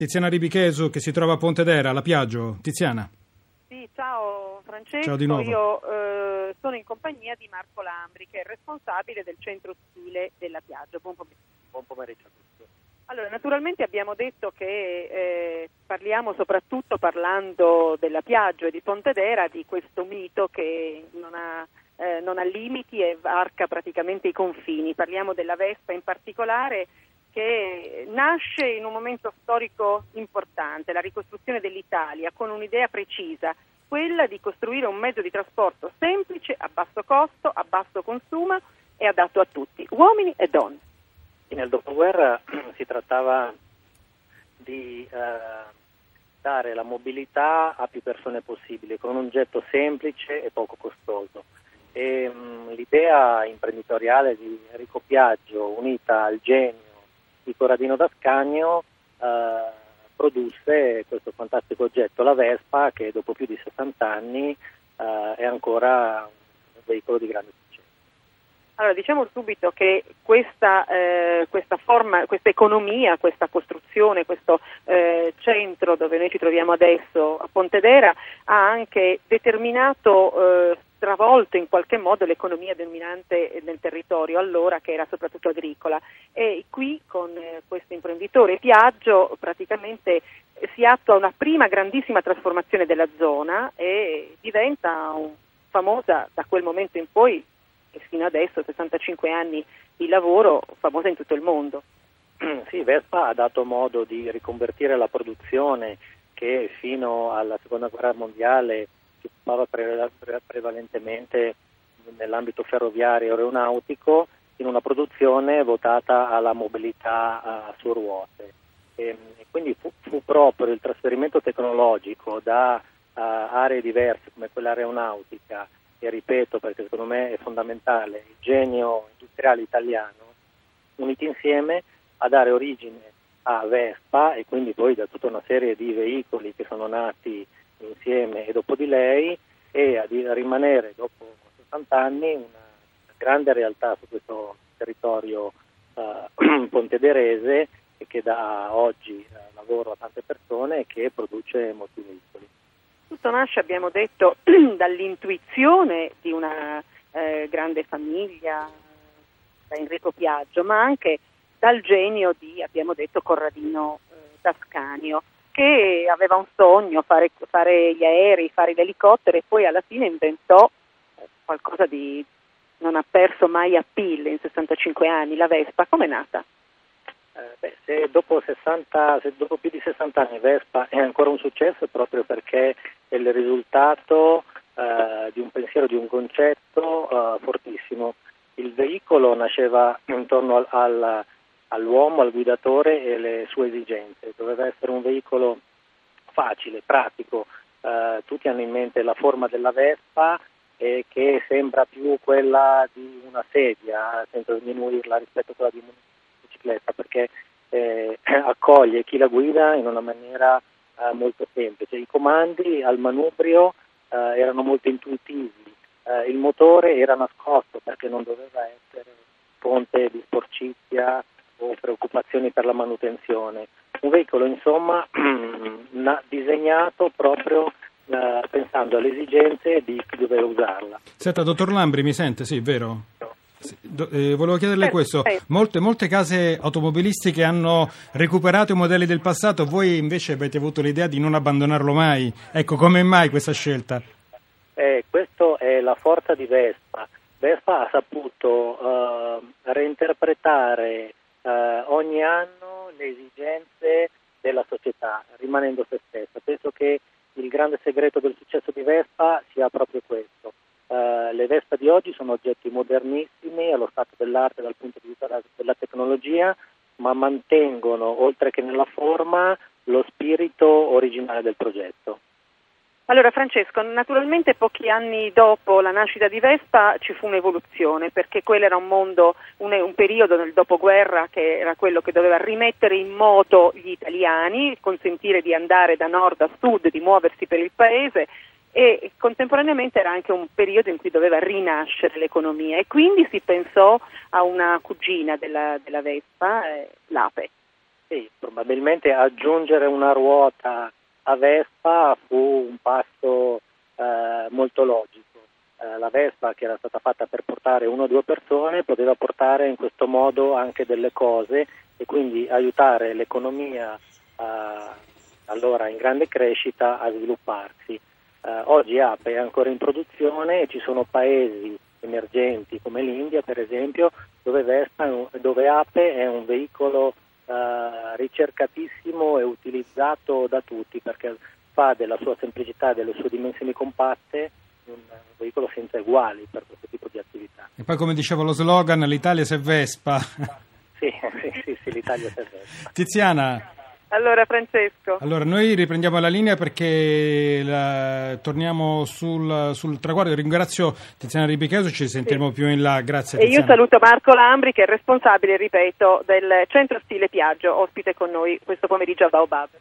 Tiziana Ribichesu che si trova a Pontedera, alla Piaggio. Tiziana. Sì, ciao Francesco, ciao di nuovo. Io sono in compagnia di Marco Lambri, che è il responsabile del centro stile della Piaggio. Buon pomeriggio a tutti. Allora, naturalmente abbiamo detto che parliamo soprattutto parlando della Piaggio e di Pontedera, di questo mito che non ha limiti e varca praticamente i confini. Parliamo della Vespa in particolare, che nasce in un momento storico importante, la ricostruzione dell'Italia, con un'idea precisa, quella di costruire un mezzo di trasporto semplice, a basso costo, a basso consumo e adatto a tutti, uomini e donne. Nel dopoguerra si trattava di dare la mobilità a più persone possibile, con un oggetto semplice e poco costoso. E l'idea imprenditoriale di Enrico Piaggio, unita al genio di Corradino d'Ascanio, produsse questo fantastico oggetto, la Vespa, che dopo più di 60 anni è ancora un veicolo di grande successo. Allora, diciamo subito che questa forma, questa economia, questa costruzione, questo centro dove noi ci troviamo adesso a Pontedera ha anche determinato, stravolto in qualche modo l'economia dominante nel territorio allora, che era soprattutto agricola, e qui con questo imprenditore Piaggio praticamente si attua una prima grandissima trasformazione della zona e diventa famosa da quel momento in poi e fino adesso, 65 anni di lavoro, famosa in tutto il mondo. Sì, Vespa ha dato modo di riconvertire la produzione che fino alla seconda guerra mondiale si occupava prevalentemente nell'ambito ferroviario e aeronautico in una produzione votata alla mobilità su ruote. E quindi fu proprio il trasferimento tecnologico da aree diverse come quella aeronautica, e ripeto perché secondo me è fondamentale, il genio industriale italiano, uniti insieme a dare origine a Vespa e quindi poi da tutta una serie di veicoli che sono nati insieme e dopo di lei, e a rimanere dopo 60 anni una grande realtà su questo territorio pontederese e che dà oggi lavoro a tante persone e che produce molti veicoli. Tutto nasce, abbiamo detto, dall'intuizione di una grande famiglia, da Enrico Piaggio, ma anche dal genio di, abbiamo detto, Corradino d'Ascanio, che aveva un sogno, fare gli aerei, fare gli elicotteri, e poi alla fine inventò qualcosa di non ha perso mai appeal in 65 anni, la Vespa. Com'è nata? Se dopo più di 60 anni Vespa è ancora un successo, è proprio perché è il risultato di un pensiero, di un concetto fortissimo. Il veicolo nasceva intorno all'uomo, al guidatore e le sue esigenze. Doveva essere un veicolo facile, pratico. Tutti hanno in mente la forma della Vespa che sembra più quella di una sedia, senza sminuirla rispetto a quella di una bicicletta, perché accoglie chi la guida in una maniera molto semplice. I comandi al manubrio erano molto intuitivi, il motore era nascosto perché non doveva essere fonte di sporcizia o preoccupazioni per la manutenzione. Un veicolo insomma disegnato proprio pensando alle esigenze di chi doveva usarla. Senta, dottor Lambri, mi sente? Sì, vero? Sì, volevo chiederle questo. Molte case automobilistiche hanno recuperato i modelli del passato, voi invece avete avuto l'idea di non abbandonarlo mai. Ecco, come mai questa scelta? Questa è la forza di Vespa. Vespa ha saputo reinterpretare ogni anno le esigenze della società, rimanendo se stessa. Penso che il grande segreto del successo di Vespa sia proprio questo. Le Vespa di oggi sono oggetti modernissimi allo stato dell'arte dal punto di vista della tecnologia, ma mantengono, oltre che nella forma, lo spirito originale del progetto. Allora Francesco, naturalmente pochi anni dopo la nascita di Vespa ci fu un'evoluzione, perché quello era un mondo, un periodo nel dopoguerra che era quello che doveva rimettere in moto gli italiani, consentire di andare da nord a sud, di muoversi per il paese, e contemporaneamente era anche un periodo in cui doveva rinascere l'economia, e quindi si pensò a una cugina della Vespa, l'Ape. Sì, probabilmente aggiungere una ruota a Vespa fu un passo molto logico. La Vespa, che era stata fatta per portare 1 o 2 persone, poteva portare in questo modo anche delle cose e quindi aiutare l'economia allora in grande crescita a svilupparsi. Oggi Ape è ancora in produzione e ci sono paesi emergenti come l'India, per esempio, dove Ape è un veicolo ricercatissimo e utilizzato da tutti, perché fa della sua semplicità e delle sue dimensioni compatte un veicolo senza eguali per questo tipo di attività. E poi, come diceva lo slogan, l'Italia se Vespa. Sì, l'Italia se Vespa. Tiziana. Allora, Francesco. Allora, noi riprendiamo la linea perché torniamo sul traguardo. Ringrazio Tiziana Ribicheso, ci sentiremo più in là. Grazie, Tiziana. E io saluto Marco Lambri, che è responsabile, ripeto, del Centro Stile Piaggio, ospite con noi questo pomeriggio a Baobab.